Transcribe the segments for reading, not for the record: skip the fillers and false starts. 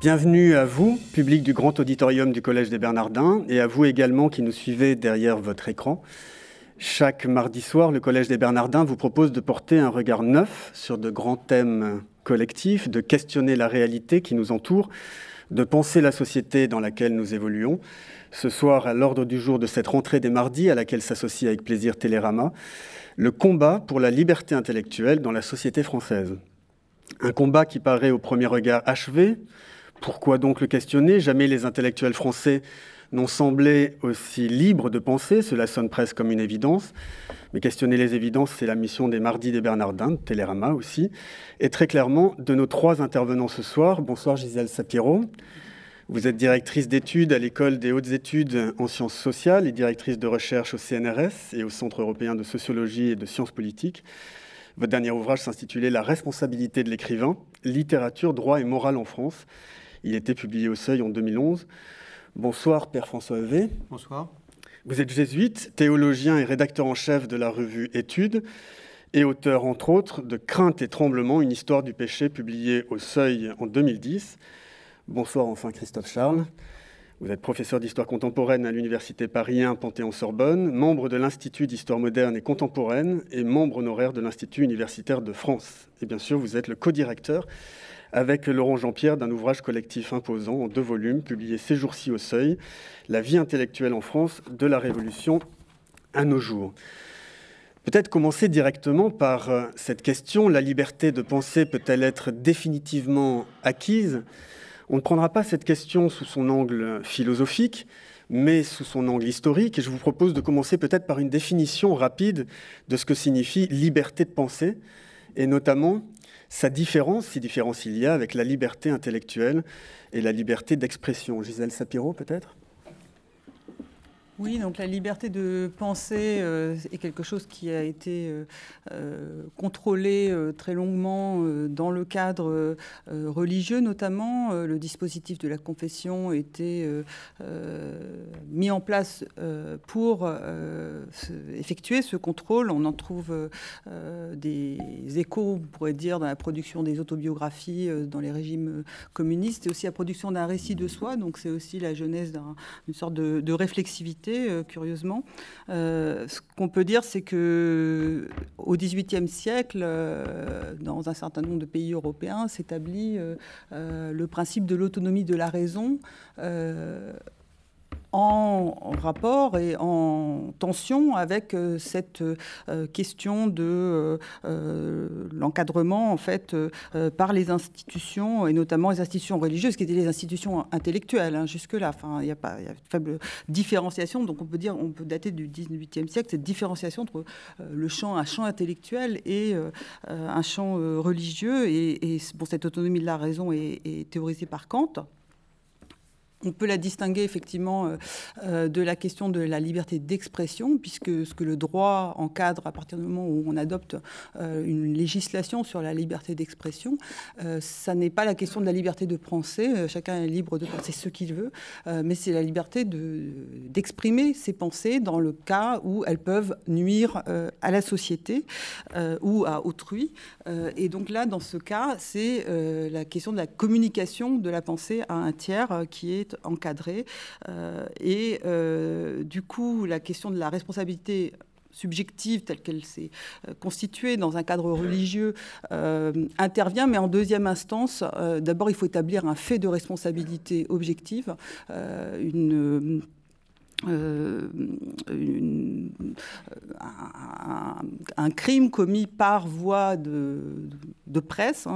Bienvenue à vous, public du grand auditorium du Collège des Bernardins, et à vous également qui nous suivez derrière votre écran. Chaque mardi soir, le Collège des Bernardins vous propose de porter un regard neuf sur de grands thèmes collectifs, de questionner la réalité qui nous entoure, de penser la société dans laquelle nous évoluons. Ce soir, à l'ordre du jour de cette rentrée des mardis, à laquelle s'associe avec plaisir Télérama, le combat pour la liberté intellectuelle dans la société française. Un combat qui paraît au premier regard achevé. Pourquoi donc le questionner ? Jamais les intellectuels français n'ont semblé aussi libres de penser, cela sonne presque comme une évidence. Mais questionner les évidences, c'est la mission des Mardis des Bernardins, de Télérama aussi. Et très clairement, de nos trois intervenants ce soir, bonsoir Gisèle Sapiro. Vous êtes directrice d'études à l'École des hautes études en sciences sociales et directrice de recherche au CNRS et au Centre européen de sociologie et de sciences politiques. Votre dernier ouvrage s'intitulait « La responsabilité de l'écrivain, littérature, droit et morale en France ». Il était publié au Seuil en 2011. Bonsoir, Père François Hevet. Bonsoir. Vous êtes jésuite, théologien et rédacteur en chef de la revue Études et auteur, entre autres, de Crainte et tremblement, une histoire du péché, publiée au Seuil en 2010. Bonsoir, enfin, Christophe Charles. Vous êtes professeur d'histoire contemporaine à l'Université Paris 1 Panthéon-Sorbonne, membre de l'Institut d'histoire moderne et contemporaine et membre honoraire de l'Institut universitaire de France. Et bien sûr, vous êtes le co-directeur avec Laurent Jean-Pierre d'un ouvrage collectif imposant en 2 volumes, publié ces jours-ci au Seuil, La vie intellectuelle en France, de la Révolution à nos jours. Peut-être commencer directement par cette question, la liberté de penser peut-elle être définitivement acquise ? On ne prendra pas cette question sous son angle philosophique, mais sous son angle historique, et je vous propose de commencer peut-être par une définition rapide de ce que signifie liberté de penser, et notamment sa différence, si différence il y a, avec la liberté intellectuelle et la liberté d'expression. Gisèle Sapiro, peut-être ? Oui, donc la liberté de penser est quelque chose qui a été contrôlé très longuement dans le cadre religieux notamment. Le dispositif de la confession était mis en place pour effectuer ce contrôle. On en trouve des échos, on pourrait dire, dans la production des autobiographies dans les régimes communistes et aussi la production d'un récit de soi. Donc c'est aussi la genèse d'une sorte de réflexivité. Curieusement. Ce qu'on peut dire, c'est qu'au XVIIIe siècle, dans un certain nombre de pays européens, s'établit le principe de l'autonomie de la raison en rapport et en tension avec cette question de l'encadrement en fait par les institutions et notamment les institutions religieuses qui étaient les institutions intellectuelles jusque-là. Enfin, il y a une faible différenciation, donc on peut dater du XVIIIe siècle cette différenciation entre un champ intellectuel et un champ religieux. Et bon, cette autonomie de la raison est théorisée par Kant. On peut la distinguer effectivement de la question de la liberté d'expression, puisque ce que le droit encadre à partir du moment où on adopte une législation sur la liberté d'expression, ça n'est pas la question de la liberté de penser, chacun est libre de penser ce qu'il veut, mais c'est la liberté d'exprimer ses pensées dans le cas où elles peuvent nuire à la société ou à autrui. Et donc là, dans ce cas, c'est la question de la communication de la pensée à un tiers qui est encadré. Du coup, la question de la responsabilité subjective telle qu'elle s'est constituée dans un cadre religieux intervient, mais en deuxième instance, d'abord, il faut établir un fait de responsabilité objective, un crime commis par voie de presse,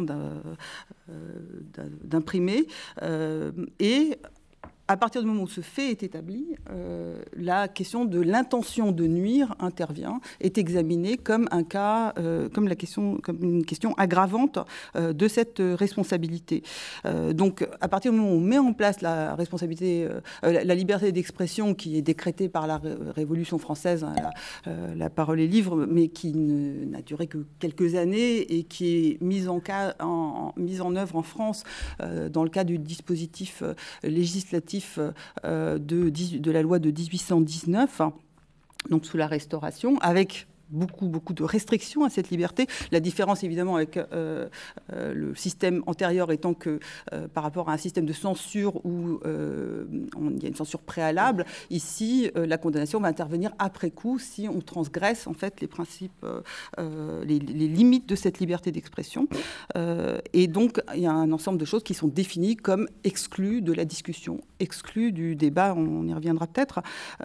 d'imprimé, et à partir du moment où ce fait est établi, la question de l'intention de nuire intervient, est examinée comme comme une question aggravante de cette responsabilité. Donc, à partir du moment où on met en place la responsabilité, la liberté d'expression qui est décrétée par la Révolution française, la parole et livre, mais qui n'a duré que quelques années et qui est mise en œuvre en France dans le cadre du dispositif législatif de la loi de 1819, donc sous la Restauration, avec beaucoup de restrictions à cette liberté. La différence, évidemment, avec le système antérieur étant que par rapport à un système de censure où il y a une censure préalable, ici, la condamnation va intervenir après coup si on transgresse, en fait, les principes, les limites de cette liberté d'expression. Et donc, il y a un ensemble de choses qui sont définies comme exclues de la discussion, exclues du débat, on y reviendra peut-être.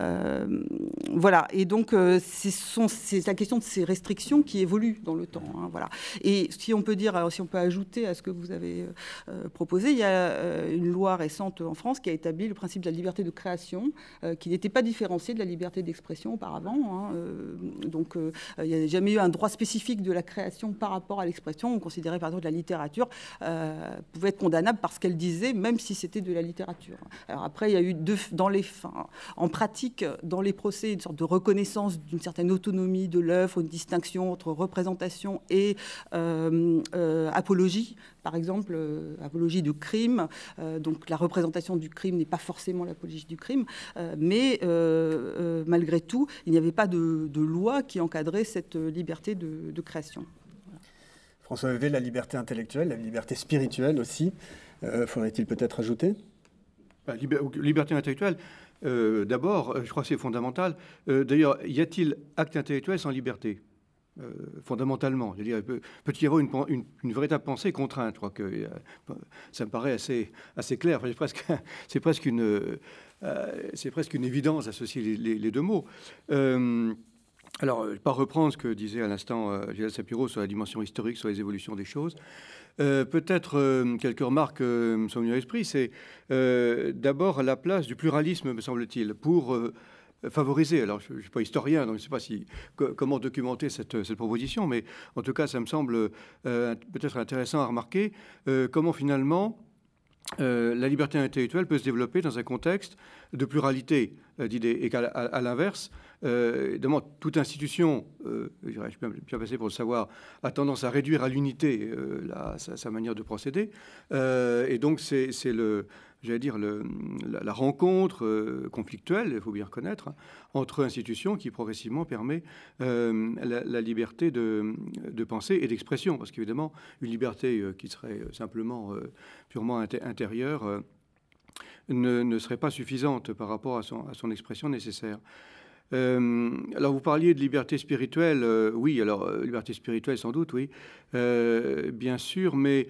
Voilà, et donc, c'est la question de ces restrictions qui évoluent dans le temps. Hein, voilà. Et si on peut dire, alors si on peut ajouter à ce que vous avez proposé, il y a une loi récente en France qui a établi le principe de la liberté de création, qui n'était pas différencié de la liberté d'expression auparavant. Hein, donc, il n'y a jamais eu un droit spécifique de la création par rapport à l'expression. On considérait par exemple que la littérature pouvait être condamnable parce qu'elle disait, même si c'était de la littérature. Alors après, il y a eu en pratique, dans les procès, une sorte de reconnaissance d'une certaine autonomie de l'œuvre, une distinction entre représentation et apologie. Par exemple, apologie du crime. Donc la représentation du crime n'est pas forcément l'apologie du crime. Mais malgré tout, il n'y avait pas de loi qui encadrait cette liberté de création. Voilà. François Vevey, la liberté intellectuelle, la liberté spirituelle aussi, faudrait-il peut-être ajouter ? Liberté intellectuelle, d'abord, je crois que c'est fondamental. D'ailleurs, y a-t-il acte intellectuel sans liberté ? Fondamentalement, je veux dire, peut-il y avoir une véritable pensée contrainte? Je crois que ça me paraît assez clair. Enfin, c'est presque une évidence d'associer les deux mots. Alors, je ne vais pas reprendre ce que disait à l'instant Gilles Sapiro sur la dimension historique, sur les évolutions des choses. Peut-être quelques remarques me sont venues à l'esprit. C'est d'abord la place du pluralisme, me semble-t-il, pour favoriser. Alors, je ne suis pas historien, donc je ne sais pas comment documenter cette proposition, mais en tout cas, ça me semble peut-être intéressant à remarquer comment finalement la liberté intellectuelle peut se développer dans un contexte de pluralité d'idées, et qu'à l'inverse, évidemment, toute institution, je suis bien passé pour le savoir, a tendance à réduire à l'unité sa manière de procéder. Et donc, c'est la rencontre conflictuelle, il faut bien reconnaître, hein, entre institutions qui progressivement permet la liberté de pensée et d'expression. Parce qu'évidemment, une liberté qui serait simplement purement intérieure ne serait pas suffisante par rapport à son expression nécessaire. Alors, vous parliez de liberté spirituelle. Oui, alors, liberté spirituelle, sans doute, oui, bien sûr, mais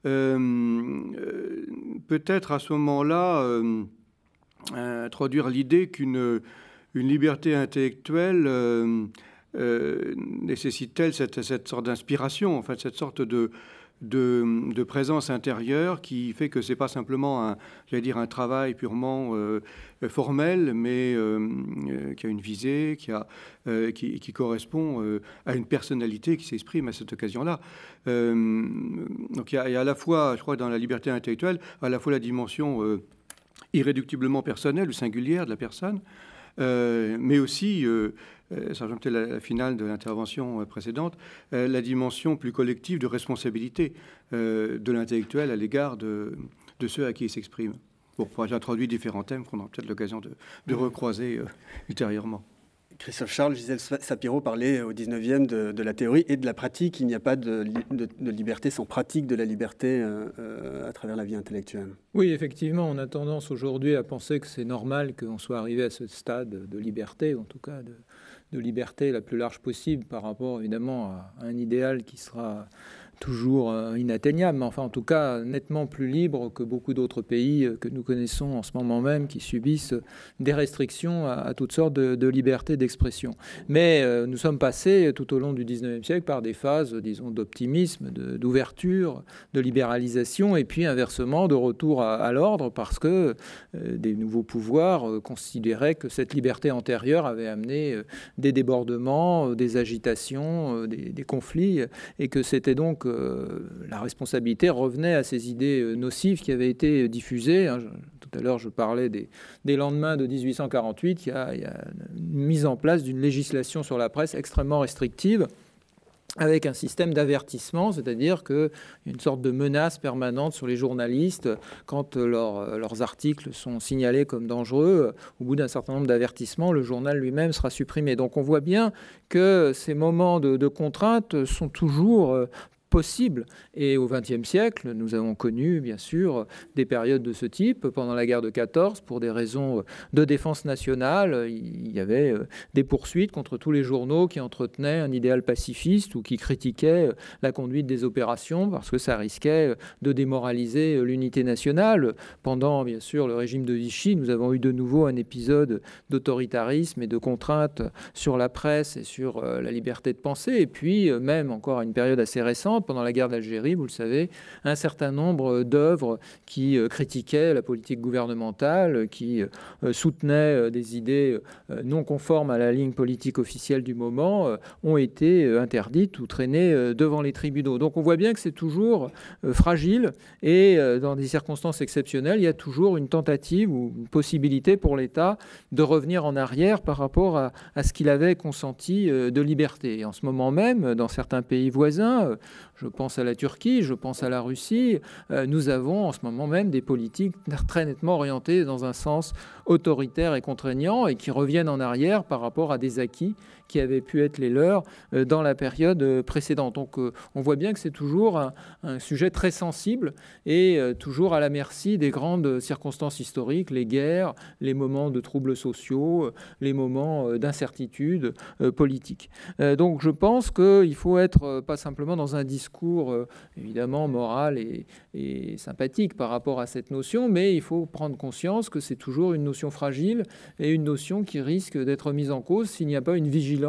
peut-être à ce moment-là introduire l'idée qu'une liberté intellectuelle nécessite-t-elle cette sorte d'inspiration, en fait, cette sorte de présence intérieure qui fait que c'est pas simplement un travail purement formel, mais qui a une visée, qui correspond à une personnalité qui s'exprime à cette occasion-là. Donc il y a à la fois, je crois, dans la liberté intellectuelle, à la fois la dimension irréductiblement personnelle ou singulière de la personne, mais aussi, ça rejoint peut-être la finale de l'intervention précédente, la dimension plus collective de responsabilité de l'intellectuel à l'égard de ceux à qui il s'exprime. Bon, j'ai introduit différents thèmes qu'on aura peut-être l'occasion de recroiser ultérieurement. Christophe Charles, Gisèle Sapiro parlait au 19e de la théorie et de la pratique. Il n'y a pas de liberté sans pratique de la liberté à travers la vie intellectuelle. Oui, effectivement, on a tendance aujourd'hui à penser que c'est normal qu'on soit arrivé à ce stade de liberté, en tout cas de liberté la plus large possible par rapport évidemment à un idéal qui sera toujours inatteignable, mais enfin en tout cas nettement plus libre que beaucoup d'autres pays que nous connaissons en ce moment même, qui subissent des restrictions à toutes sortes de libertés d'expression. Mais nous sommes passés tout au long du XIXe siècle par des phases, disons, d'optimisme, d'ouverture, de libéralisation, et puis inversement de retour à l'ordre, parce que des nouveaux pouvoirs considéraient que cette liberté antérieure avait amené des débordements, des agitations, des conflits, et que c'était donc la responsabilité revenait à ces idées nocives qui avaient été diffusées. Tout à l'heure, je parlais des lendemains de 1848. Il y a une mise en place d'une législation sur la presse extrêmement restrictive avec un système d'avertissement, c'est-à-dire qu'il y a une sorte de menace permanente sur les journalistes quand leurs articles sont signalés comme dangereux. Au bout d'un certain nombre d'avertissements, le journal lui-même sera supprimé. Donc on voit bien que ces moments de contrainte sont toujours possible. Et au XXe siècle, nous avons connu, bien sûr, des périodes de ce type. Pendant la guerre de 14, pour des raisons de défense nationale, il y avait des poursuites contre tous les journaux qui entretenaient un idéal pacifiste ou qui critiquaient la conduite des opérations parce que ça risquait de démoraliser l'unité nationale. Pendant, bien sûr, le régime de Vichy, nous avons eu de nouveau un épisode d'autoritarisme et de contraintes sur la presse et sur la liberté de penser. Et puis, même encore à une période assez récente, pendant la guerre d'Algérie, vous le savez, un certain nombre d'œuvres qui critiquaient la politique gouvernementale, qui soutenaient des idées non conformes à la ligne politique officielle du moment, ont été interdites ou traînées devant les tribunaux. Donc on voit bien que c'est toujours fragile et dans des circonstances exceptionnelles, il y a toujours une tentative ou une possibilité pour l'État de revenir en arrière par rapport à ce qu'il avait consenti de liberté. Et en ce moment même, dans certains pays voisins, je pense à la Turquie, je pense à la Russie, nous avons en ce moment même des politiques très nettement orientées dans un sens autoritaire et contraignant et qui reviennent en arrière par rapport à des acquis qui avaient pu être les leurs dans la période précédente. Donc on voit bien que c'est toujours un sujet très sensible et toujours à la merci des grandes circonstances historiques, les guerres, les moments de troubles sociaux, les moments d'incertitude politique. Donc je pense qu'il faut être pas simplement dans un discours évidemment moral et sympathique par rapport à cette notion, mais il faut prendre conscience que c'est toujours une notion fragile et une notion qui risque d'être mise en cause s'il n'y a pas une vigilance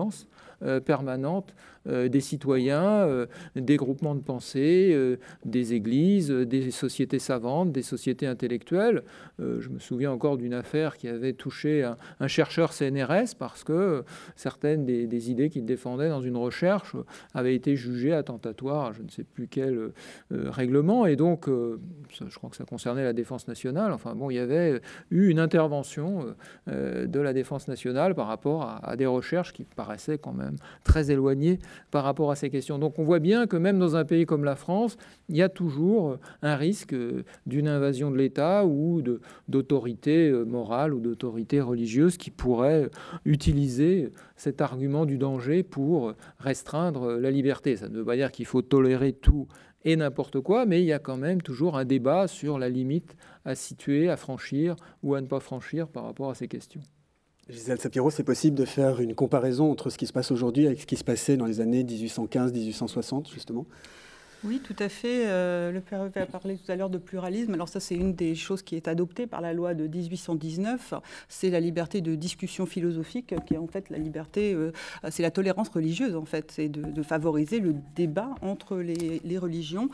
permanente des citoyens, des groupements de pensée, des églises, des sociétés savantes, des sociétés intellectuelles. Je me souviens encore d'une affaire qui avait touché un chercheur CNRS parce que certaines des idées qu'il défendait dans une recherche avaient été jugées attentatoires à je ne sais plus quel règlement. Et donc, je crois que ça concernait la défense nationale. Enfin bon, il y avait eu une intervention de la défense nationale par rapport à des recherches qui paraissaient quand même très éloignées par rapport à ces questions. Donc on voit bien que même dans un pays comme la France, il y a toujours un risque d'une invasion de l'État ou d'autorité morale ou d'autorité religieuse qui pourrait utiliser cet argument du danger pour restreindre la liberté. Ça ne veut pas dire qu'il faut tolérer tout et n'importe quoi, mais il y a quand même toujours un débat sur la limite à situer, à franchir ou à ne pas franchir par rapport à ces questions. Gisèle Sapiro, c'est possible de faire une comparaison entre ce qui se passe aujourd'hui avec ce qui se passait dans les années 1815-1860, justement ? Oui, tout à fait. Le père Hervé a parlé tout à l'heure de pluralisme. Alors ça, c'est une des choses qui est adoptée par la loi de 1819. C'est la liberté de discussion philosophique, qui est en fait la liberté, c'est la tolérance religieuse, en fait. C'est de favoriser le débat entre les religions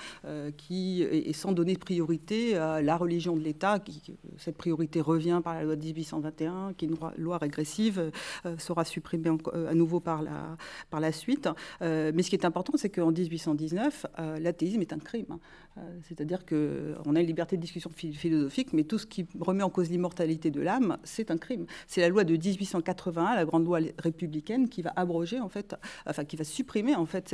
et sans donner de priorité à la religion de l'État. Cette priorité revient par la loi de 1821, qui est une loi régressive, sera supprimée à nouveau par la suite. Mais ce qui est important, c'est qu'en 1819, l'athéisme est un crime. C'est-à-dire qu'on a une liberté de discussion philosophique, mais tout ce qui remet en cause l'immortalité de l'âme, c'est un crime. C'est la loi de 1881, la grande loi républicaine, qui va abroger, en fait, qui va supprimer, en fait,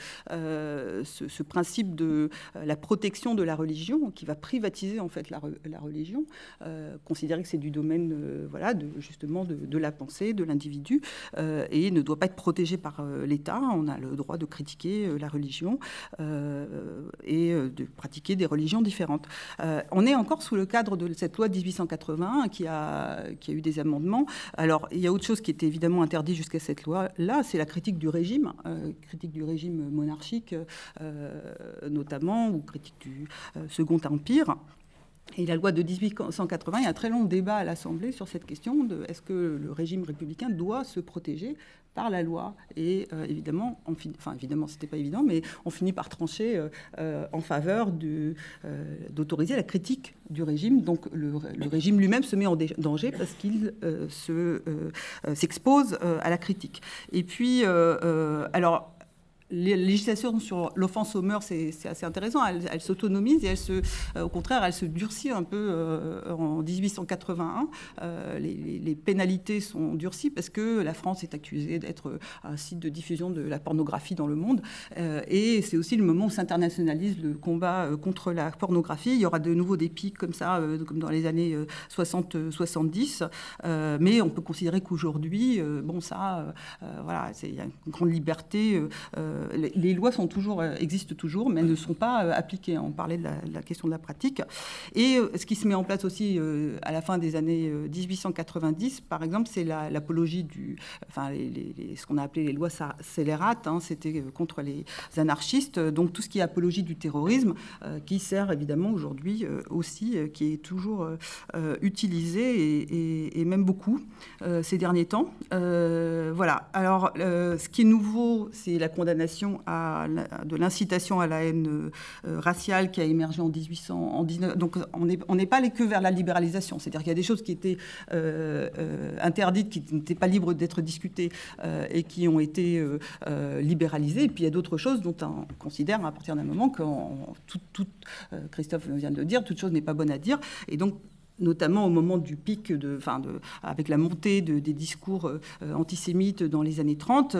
ce principe de la protection de la religion, qui va privatiser, en fait, la religion, considérer que c'est du domaine, justement, de la pensée, de l'individu, et ne doit pas être protégé par l'État. On a le droit de critiquer la religion et de pratiquer des religions différentes. On est encore sous le cadre de cette loi de 1881 qui a eu des amendements. Alors, il y a autre chose qui était évidemment interdit jusqu'à cette loi-là, c'est la critique du régime monarchique notamment, ou critique du Second Empire. Et la loi de 1880, il y a un très long débat à l'Assemblée sur cette question de est-ce que le régime républicain doit se protéger par la loi. Et évidemment, c'était pas évident, mais on finit par trancher en faveur d'autoriser la critique du régime. Donc le régime lui-même se met en danger parce qu'il s'expose à la critique. Et puis, alors, les législations sur l'offense aux mœurs, c'est assez intéressant. Elle s'autonomise et au contraire, elle se durcit un peu en 1881. Les pénalités sont durcies parce que la France est accusée d'être un site de diffusion de la pornographie dans le monde. Et c'est aussi le moment où s'internationalise le combat contre la pornographie. Il y aura de nouveau des pics comme ça, comme dans les années 60-70. Mais on peut considérer qu'aujourd'hui, voilà, il y a une grande liberté. Les lois existent toujours, mais elles ne sont pas appliquées. On parlait de la question de la pratique. Et ce qui se met en place aussi à la fin des années 1890, par exemple, c'est l'apologie ce qu'on a appelé les lois scélérates. C'était contre les anarchistes. Donc tout ce qui est apologie du terrorisme, qui sert évidemment aujourd'hui aussi, qui est toujours utilisé et même beaucoup ces derniers temps. Voilà. Alors, ce qui est nouveau, c'est la condamnation de l'incitation à la haine raciale qui a émergé en 1819. Donc on n'est pas allé que vers la libéralisation. C'est-à-dire qu'il y a des choses qui étaient interdites, qui n'étaient pas libres d'être discutées et qui ont été libéralisées. Et puis il y a d'autres choses dont on considère à partir d'un moment que Christophe vient de le dire, toute chose n'est pas bonne à dire. Et donc notamment au moment du pic, avec la montée des discours antisémites dans les années 30,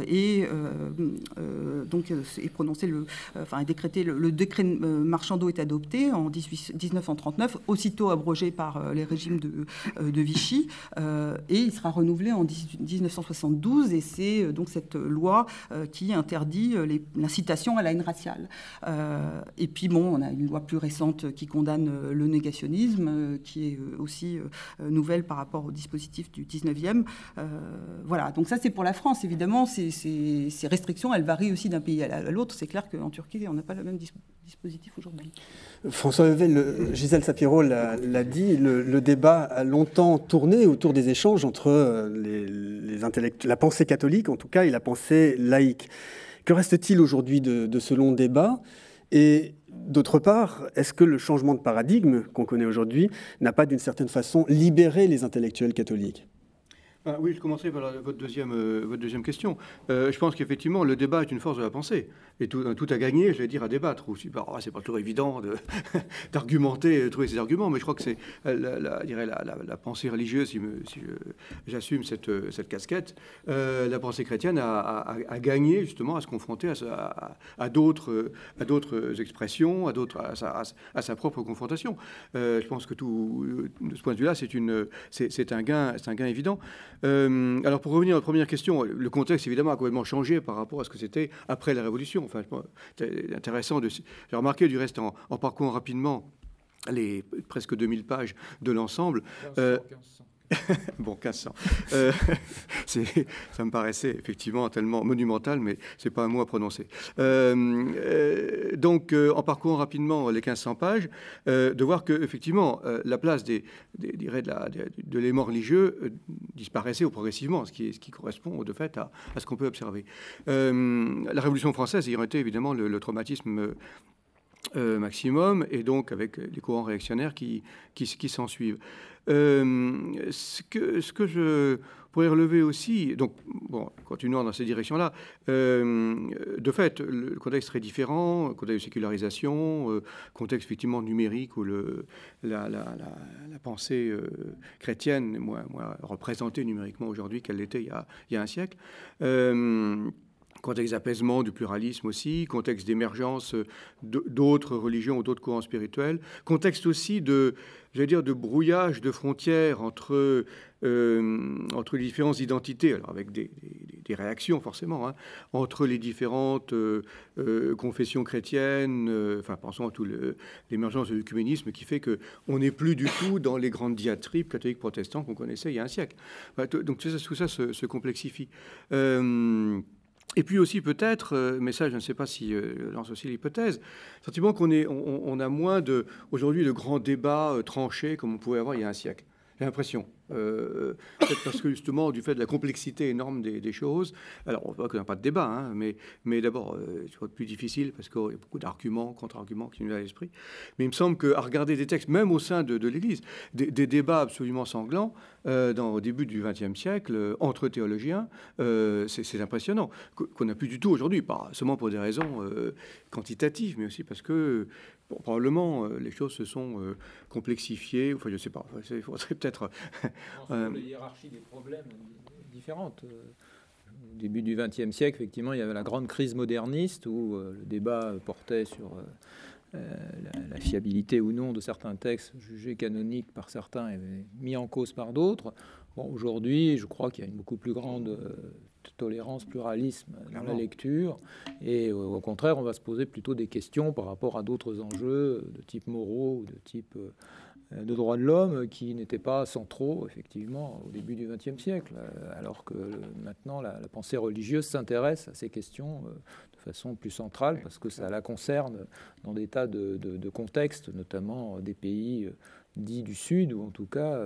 donc est prononcé décrété le décret Marchandeau est adopté en 1939, aussitôt abrogé par les régimes de Vichy, et il sera renouvelé en 1972, et c'est donc cette loi qui interdit l'incitation à la haine raciale. Et puis on a une loi plus récente qui condamne le négationnisme, qui est aussi nouvelle par rapport au dispositif du 19e. Voilà, donc ça c'est pour la France. Évidemment, ces restrictions, elles varient aussi d'un pays à l'autre. C'est clair qu'en Turquie, on n'a pas le même dispositif aujourd'hui. François Heuvel, Gisèle Sapiro l'a dit, le débat a longtemps tourné autour des échanges entre la pensée catholique, en tout cas, et la pensée laïque. Que reste-t-il aujourd'hui de ce long débat ? Et d'autre part, est-ce que le changement de paradigme qu'on connaît aujourd'hui n'a pas d'une certaine façon libéré les intellectuels catholiques ? Oui, je commencerai par votre deuxième question. Je pense qu'effectivement, le débat est une force de la pensée. Et tout a gagné, je vais dire, à débattre. C'est pas toujours évident d'argumenter, trouver ces arguments, mais je crois que c'est la pensée religieuse, si j'assume cette casquette, la pensée chrétienne a gagné justement à se confronter à d'autres expressions, à sa propre confrontation. Je pense que de ce point de vue-là, c'est un gain évident. Alors pour revenir à la première question, le contexte évidemment a complètement changé par rapport à ce que c'était après la Révolution. Enfin, c'est intéressant j'ai remarqué du reste en parcourant rapidement les presque 2000 pages de l'ensemble. 1500. Bon, 1500. Ça me paraissait effectivement tellement monumental, mais c'est pas un mot à prononcer. Donc, en parcourant rapidement les 1500 pages, de voir que effectivement la place de l'élément religieux disparaissait progressivement, ce qui correspond de fait à ce qu'on peut observer. La Révolution française ayant été évidemment le traumatisme maximum, et donc avec les courants réactionnaires qui s'en suivent. Ce que je pourrais relever aussi, donc continuons dans ces directions-là, de fait, le contexte est très différent, contexte de sécularisation, contexte effectivement numérique où la pensée chrétienne est moins représentée numériquement aujourd'hui qu'elle l'était il y a un siècle. Contexte d'apaisement, du pluralisme aussi, contexte d'émergence d'autres religions ou d'autres courants spirituels, contexte aussi de brouillage de frontières entre les différentes identités, alors avec des réactions forcément, entre les différentes confessions chrétiennes, pensons à l'émergence de l'œcuménisme qui fait qu'on n'est plus du tout dans les grandes diatribes catholiques protestants qu'on connaissait il y a un siècle. Donc tout ça se complexifie. Et puis aussi peut-être, mais ça je ne sais pas si lance aussi l'hypothèse, sentiment on a moins aujourd'hui de grands débats tranchés comme on pouvait avoir il y a un siècle. J'ai l'impression. Peut-être parce que justement, du fait de la complexité énorme des choses, alors on voit qu'il n'y a pas de débat, hein, mais d'abord, c'est plus difficile parce qu'il y a beaucoup d'arguments, contre-arguments qui nous viennent à l'esprit. Mais il me semble qu'à regarder des textes, même au sein de l'Église, des débats absolument sanglants, au début du XXe siècle, entre théologiens, c'est impressionnant, qu'on n'a plus du tout aujourd'hui, pas seulement pour des raisons quantitatives, mais aussi parce que probablement les choses se sont complexifiées, enfin je ne sais pas, il faudrait peut-être... Les hiérarchies des problèmes différentes. Au début du XXe siècle, effectivement, il y avait la grande crise moderniste où le débat portait sur la fiabilité ou non de certains textes jugés canoniques par certains et mis en cause par d'autres. Bon, aujourd'hui, je crois qu'il y a une beaucoup plus grande tolérance, pluralisme dans la lecture, et au contraire, on va se poser plutôt des questions par rapport à d'autres enjeux de type moraux ou de type de droits de l'homme qui n'étaient pas centraux, effectivement, au début du XXe siècle, alors que maintenant, la pensée religieuse s'intéresse à ces questions de façon plus centrale, parce que ça la concerne dans des tas de contextes, notamment des pays dits du Sud, où en tout cas,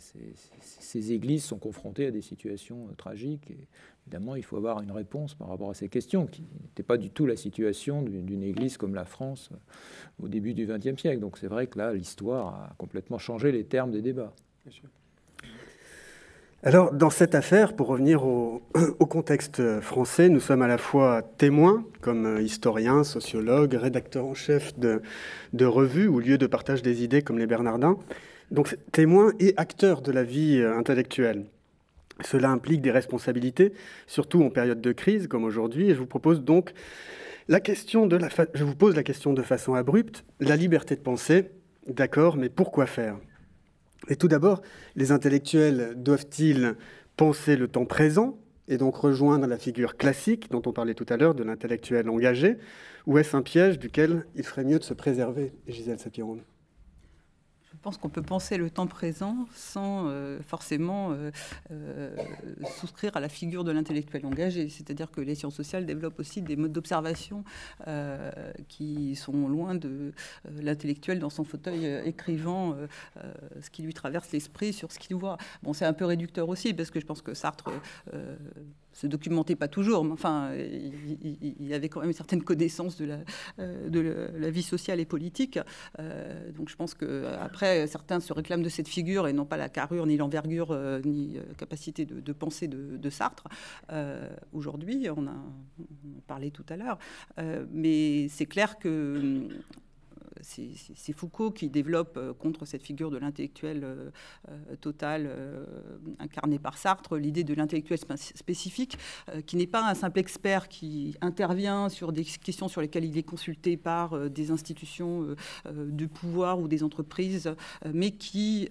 ces églises sont confrontées à des situations tragiques. Et évidemment, il faut avoir une réponse par rapport à ces questions, qui n'était pas du tout la situation d'une église comme la France au début du XXe siècle. Donc c'est vrai que là, l'histoire a complètement changé les termes des débats. Bien sûr. Alors, dans cette affaire, pour revenir au contexte français, nous sommes à la fois témoins, comme historiens, sociologues, rédacteurs en chef de revues ou lieux de partage des idées comme les Bernardins, donc témoins et acteurs de la vie intellectuelle. Cela implique des responsabilités, surtout en période de crise comme aujourd'hui, et je vous propose donc je vous pose la question de façon abrupte, la liberté de penser, d'accord, mais pourquoi faire ? Et tout d'abord, les intellectuels doivent-ils penser le temps présent et donc rejoindre la figure classique dont on parlait tout à l'heure de l'intellectuel engagé, ou est-ce un piège duquel il ferait mieux de se préserver, Gisèle Sapiron ? Je pense qu'on peut penser le temps présent sans forcément souscrire à la figure de l'intellectuel engagé. C'est-à-dire que les sciences sociales développent aussi des modes d'observation qui sont loin de l'intellectuel dans son fauteuil écrivant ce qui lui traverse l'esprit sur ce qu'il voit. Bon, c'est un peu réducteur aussi, parce que je pense que Sartre se documentait pas toujours, mais enfin, il avait quand même une certaine connaissance de la vie sociale et politique. Donc je pense qu'après, certains se réclament de cette figure et n'ont pas la carrure, ni l'envergure, ni capacité de pensée de Sartre. Aujourd'hui, on en parlait tout à l'heure, mais c'est clair que c'est Foucault qui développe contre cette figure de l'intellectuel total incarné par Sartre l'idée de l'intellectuel spécifique qui n'est pas un simple expert qui intervient sur des questions sur lesquelles il est consulté par des institutions de pouvoir ou des entreprises, mais qui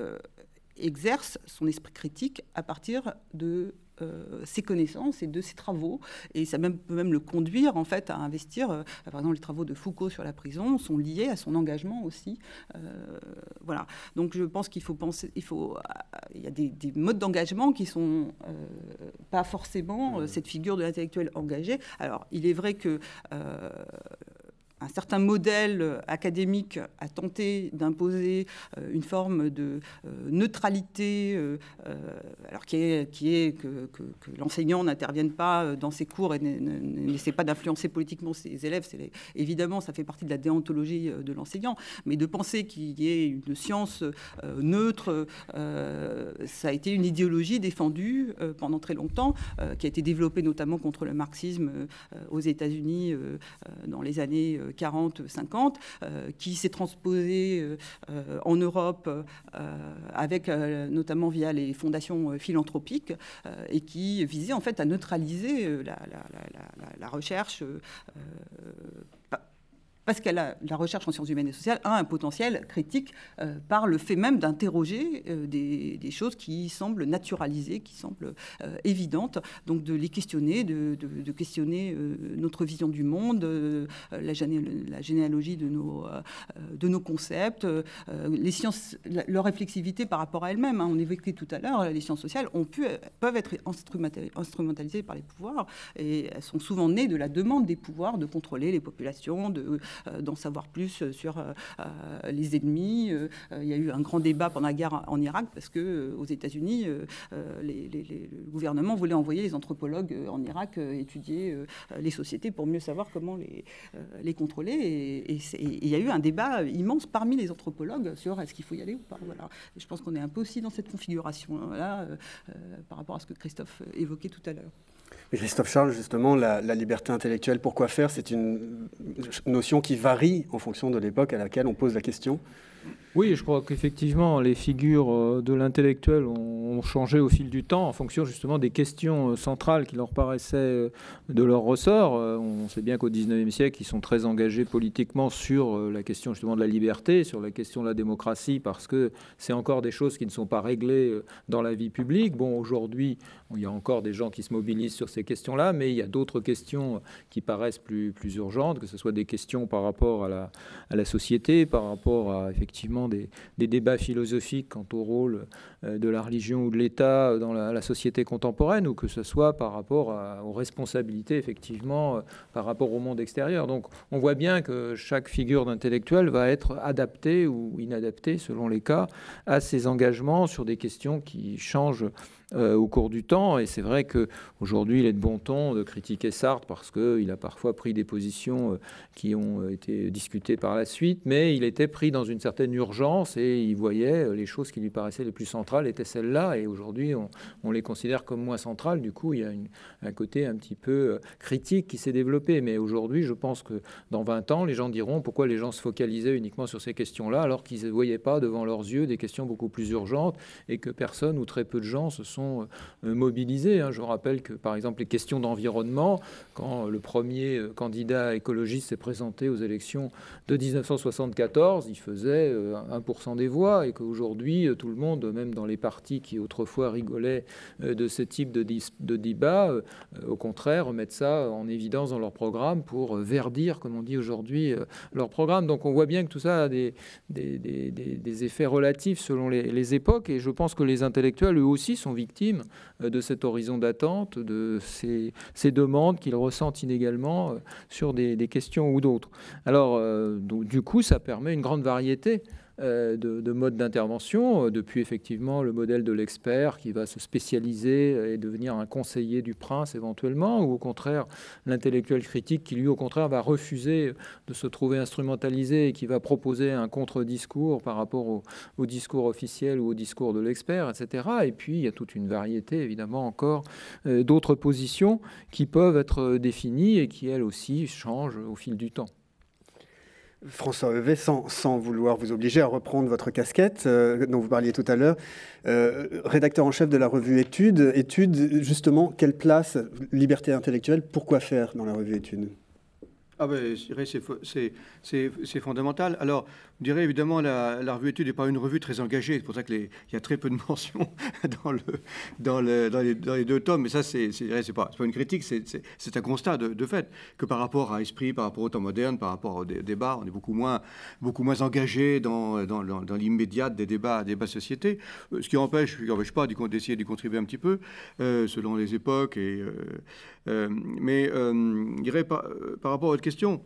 exerce son esprit critique à partir de ses connaissances et de ses travaux, et ça peut même le conduire en fait à investir. Par exemple, les travaux de Foucault sur la prison sont liés à son engagement aussi. Voilà. Donc je pense qu'il faut penser, il y a des modes d'engagement qui sont pas forcément cette figure de l'intellectuel engagé. Alors il est vrai que un certain modèle académique a tenté d'imposer une forme de neutralité, alors qui est que l'enseignant n'intervienne pas dans ses cours et n'essaie pas d'influencer politiquement ses élèves. Évidemment, ça fait partie de la déontologie de l'enseignant, mais de penser qu'il y ait une science neutre, ça a été une idéologie défendue pendant très longtemps, qui a été développée notamment contre le marxisme aux États-Unis dans les années 40-50, qui s'est transposé en Europe avec notamment via les fondations philanthropiques et qui visait en fait à neutraliser la recherche parce que la recherche en sciences humaines et sociales a un potentiel critique par le fait même d'interroger des choses qui semblent naturalisées, qui semblent évidentes, donc de les questionner, de questionner notre vision du monde, la généalogie de nos concepts, les sciences, leur réflexivité par rapport à elles-mêmes. On évoquait tout à l'heure, les sciences sociales peuvent être instrumentalisées par les pouvoirs, et elles sont souvent nées de la demande des pouvoirs de contrôler les populations, d'en savoir plus sur les ennemis. Il y a eu un grand débat pendant la guerre en Irak parce que aux États-Unis, le gouvernement voulait envoyer les anthropologues en Irak étudier les sociétés pour mieux savoir comment les contrôler. Et il y a eu un débat immense parmi les anthropologues sur est-ce qu'il faut y aller ou pas. Voilà. Et je pense qu'on est un peu aussi dans cette configuration-là par rapport à ce que Christophe évoquait tout à l'heure. Et Christophe Charles, justement, la liberté intellectuelle, pourquoi faire? C'est une notion qui varie en fonction de l'époque à laquelle on pose la question. Oui, je crois qu'effectivement, les figures de l'intellectuel ont changé au fil du temps en fonction justement des questions centrales qui leur paraissaient de leur ressort. On sait bien qu'au XIXe siècle, ils sont très engagés politiquement sur la question justement de la liberté, sur la question de la démocratie, parce que c'est encore des choses qui ne sont pas réglées dans la vie publique. Bon, aujourd'hui, il y a encore des gens qui se mobilisent sur ces questions-là, mais il y a d'autres questions qui paraissent plus urgentes, que ce soit des questions par rapport à la société, par rapport à effectivement des débats philosophiques quant au rôle de la religion ou de l'État dans la société contemporaine, ou que ce soit par rapport aux responsabilités, effectivement, par rapport au monde extérieur. Donc on voit bien que chaque figure d'intellectuel va être adaptée ou inadaptée, selon les cas, à ses engagements sur des questions qui changent au cours du temps. Et c'est vrai qu'aujourd'hui, il est de bon ton de critiquer Sartre parce qu'il a parfois pris des positions qui ont été discutées par la suite, mais il était pris dans une certaine urgence et il voyait les choses qui lui paraissaient les plus centrales étaient celles-là. Et aujourd'hui, on les considère comme moins centrales. Du coup, il y a un côté un petit peu critique qui s'est développé. Mais aujourd'hui, je pense que dans 20 ans, les gens diront pourquoi les gens se focalisaient uniquement sur ces questions-là alors qu'ils ne voyaient pas devant leurs yeux des questions beaucoup plus urgentes et que personne ou très peu de gens se sont mobilisés. Je rappelle que, par exemple, les questions d'environnement, quand le premier candidat écologiste s'est présenté aux élections de 1974, il faisait 1% des voix et qu'aujourd'hui, tout le monde, même dans les partis qui autrefois rigolaient de ce type de débat, au contraire, mettent ça en évidence dans leur programme pour verdir, comme on dit aujourd'hui, leur programme. Donc on voit bien que tout ça a des effets relatifs selon les époques, et je pense que les intellectuels, eux aussi, sont victimes de cet horizon d'attente, de ces demandes qu'ils ressentent inégalement sur des questions ou d'autres. Alors, donc, du coup, ça permet une grande variété de modes d'intervention, depuis effectivement le modèle de l'expert qui va se spécialiser et devenir un conseiller du prince éventuellement, ou au contraire l'intellectuel critique qui lui au contraire va refuser de se trouver instrumentalisé et qui va proposer un contre-discours par rapport au discours officiel ou au discours de l'expert, etc. Et puis il y a toute une variété évidemment encore d'autres positions qui peuvent être définies et qui elles aussi changent au fil du temps. François Heuvet, sans vouloir vous obliger à reprendre votre casquette dont vous parliez tout à l'heure, rédacteur en chef de la revue Études, justement, quelle place, liberté intellectuelle, pourquoi faire dans la revue Études? Je dirais c'est fondamental. Alors, je dirais évidemment la revue Études n'est pas une revue très engagée. C'est pour ça qu'il y a très peu de mentions dans les deux tomes. Mais ça, c'est pas une critique, c'est un constat de fait que par rapport à Esprit, par rapport au temps moderne, par rapport au débat, on est beaucoup moins engagé dans l'immédiat des débats société. Ce qui n'empêche pas d'essayer d'y contribuer un petit peu selon les époques. Mais je dirais par rapport à votre question,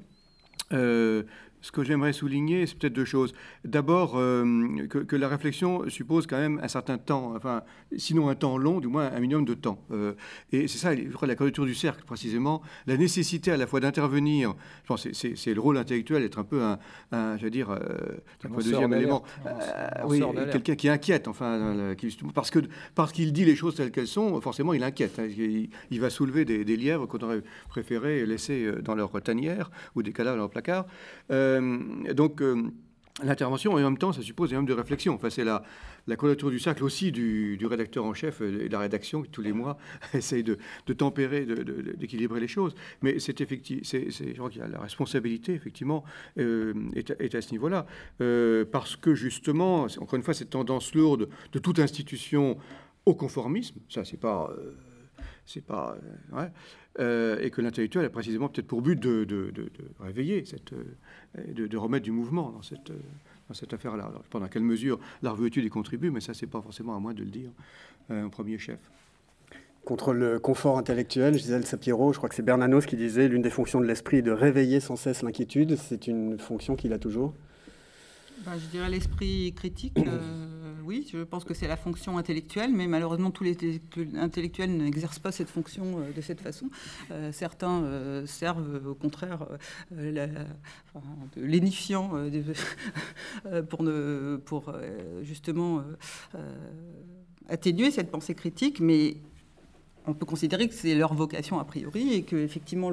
ce que j'aimerais souligner, c'est peut-être deux choses. D'abord, que la réflexion suppose quand même un certain temps, enfin, sinon un temps long, du moins un minimum de temps. Et c'est ça, je crois, la quadrature du cercle, précisément, la nécessité à la fois d'intervenir. Je pense que c'est le rôle intellectuel d'être un peu je veux dire, un deuxième élément. Oui, quelqu'un qui inquiète, enfin, parce qu'il dit les choses telles qu'elles sont, forcément, il inquiète. Il va soulever des lièvres qu'on aurait préféré laisser dans leur tanière ou des cadavres dans leur placard. Donc, l'intervention, et en même temps, ça suppose un homme de réflexion. Enfin, c'est la quadrature du cercle aussi du rédacteur en chef et de la rédaction qui, tous les mois, essaye de tempérer, d'équilibrer les choses. Mais c'est effectivement, je crois qu'il y a la responsabilité, effectivement, est à ce niveau-là. Parce que, justement, encore une fois, cette tendance lourde de toute institution au conformisme, ça, c'est pas et que l'intellectuel a précisément peut-être pour but de réveiller, de remettre du mouvement dans cette affaire-là. Alors, je ne sais pas dans quelle mesure la revue Études y contribue, mais ça, c'est pas forcément à moi de le dire en premier chef. Contre le confort intellectuel, Gisèle Sapiro, je crois que c'est Bernanos qui disait « L'une des fonctions de l'esprit est de réveiller sans cesse l'inquiétude ». C'est une fonction qu'il a toujours. Je dirais l'esprit critique, oui, je pense que c'est la fonction intellectuelle, mais malheureusement tous les intellectuels n'exercent pas cette fonction de cette façon. Certains servent au contraire de lénifiant pour justement atténuer cette pensée critique, mais on peut considérer que c'est leur vocation a priori et qu'effectivement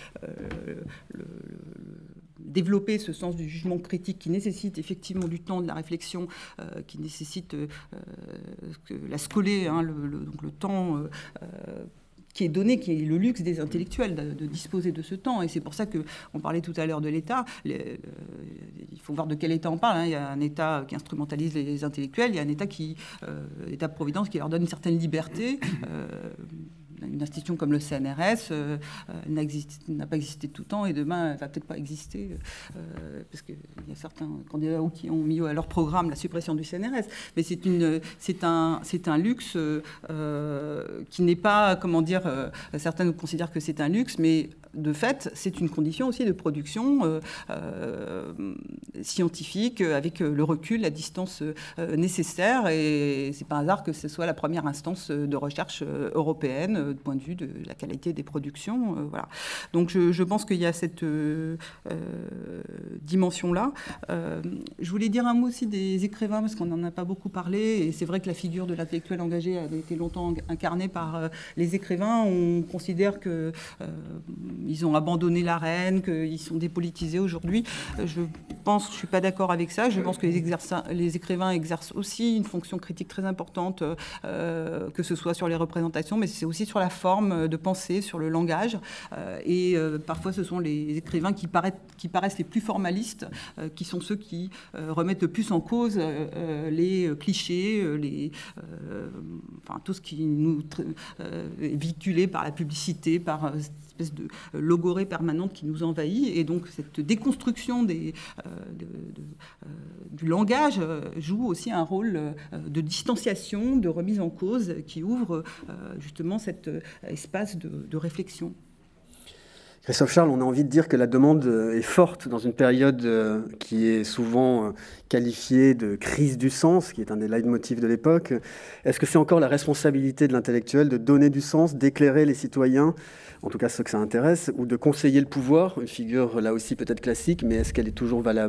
développer ce sens du jugement critique qui nécessite effectivement du temps, de la réflexion, qui nécessite la scolée, donc le temps qui est donné, qui est le luxe des intellectuels de disposer de ce temps. Et c'est pour ça qu'on parlait tout à l'heure de l'État. Il faut voir de quel État on parle. Il y a un État qui instrumentalise les intellectuels, il y a un État État-providence qui leur donne une certaine liberté. Une institution comme le CNRS n'a pas existé tout le temps et demain, elle ne va peut-être pas exister parce qu'il y a certains candidats qui ont mis à leur programme la suppression du CNRS. Mais c'est un luxe qui n'est pas, certains nous considèrent que c'est un luxe, mais de fait, c'est une condition aussi de production scientifique avec le recul, la distance nécessaire. Et c'est pas un hasard que ce soit la première instance de recherche européenne du point de vue de la qualité des productions. Voilà. Donc je pense qu'il y a cette dimension-là. Je voulais dire un mot aussi des écrivains, parce qu'on n'en a pas beaucoup parlé. Et c'est vrai que la figure de l'intellectuel engagé avait été longtemps incarnée par les écrivains. On considère que ils ont abandonné l'arène, qu'ils sont dépolitisés aujourd'hui. Je ne suis pas d'accord avec ça. Je pense que les écrivains exercent aussi une fonction critique très importante, que ce soit sur les représentations, mais c'est aussi sur la forme de pensée, sur le langage. Et parfois, ce sont les écrivains qui paraissent les plus formalistes, qui sont ceux qui remettent le plus en cause les clichés, tout ce qui nous est véhiculé par la publicité, par espèce de logorée permanente qui nous envahit. Et donc, cette déconstruction du langage joue aussi un rôle de distanciation, de remise en cause, qui ouvre justement cet espace de réflexion. Christophe Charles, on a envie de dire que la demande est forte dans une période qui est souvent qualifiée de crise du sens, qui est un des leitmotifs de l'époque. Est-ce que c'est encore la responsabilité de l'intellectuel de donner du sens, d'éclairer les citoyens, en tout cas ceux que ça intéresse, ou de conseiller le pouvoir, une figure là aussi peut-être classique, mais est-ce qu'elle est toujours valable ?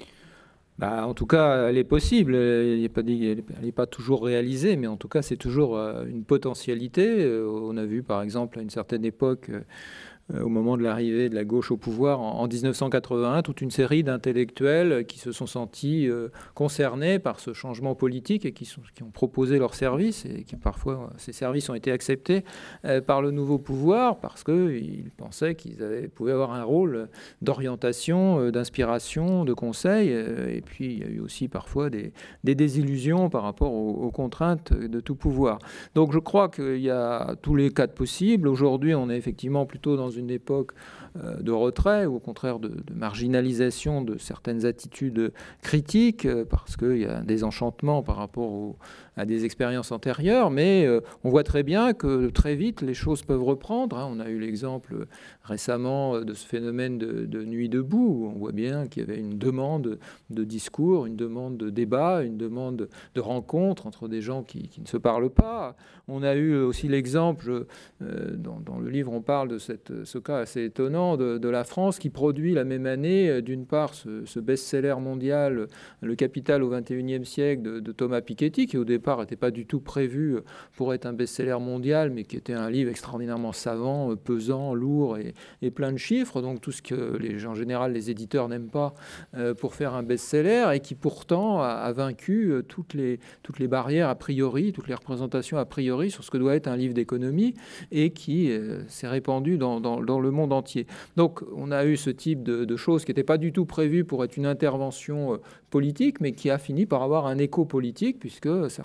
En tout cas, elle est possible. Elle n'est pas toujours réalisée, mais en tout cas, c'est toujours une potentialité. On a vu, par exemple, à une certaine époque, au moment de l'arrivée de la gauche au pouvoir, en 1981, toute une série d'intellectuels qui se sont sentis concernés par ce changement politique et qui ont proposé leurs services, et qui parfois, ces services ont été acceptés par le nouveau pouvoir parce qu'ils pensaient qu'ils pouvaient avoir un rôle d'orientation, d'inspiration, de conseil. Et puis, il y a eu aussi parfois des désillusions par rapport aux contraintes de tout pouvoir. Donc, je crois qu'il y a tous les cas possibles. Aujourd'hui, on est effectivement plutôt dans une époque de retrait ou au contraire de marginalisation de certaines attitudes critiques parce qu'il y a un désenchantement par rapport à des expériences antérieures, mais on voit très bien que très vite les choses peuvent reprendre. On a eu l'exemple récemment de ce phénomène de nuit debout, où on voit bien qu'il y avait une demande de discours, une demande de débat, une demande de rencontre entre des gens qui ne se parlent pas. On a eu aussi l'exemple, dans le livre on parle de ce cas assez étonnant de la France qui produit la même année, d'une part, ce best-seller mondial, Le Capital au XXIe siècle de Thomas Piketty, qui au départ n'était pas du tout prévu pour être un best-seller mondial, mais qui était un livre extraordinairement savant, pesant, lourd et plein de chiffres, donc tout ce que en général les éditeurs n'aiment pas pour faire un best-seller, et qui pourtant a vaincu toutes les barrières a priori, toutes les représentations a priori sur ce que doit être un livre d'économie, et qui s'est répandu dans le monde entier. Donc on a eu ce type de choses qui n'étaient pas du tout prévues pour être une intervention politique, mais qui a fini par avoir un écho politique, puisque certains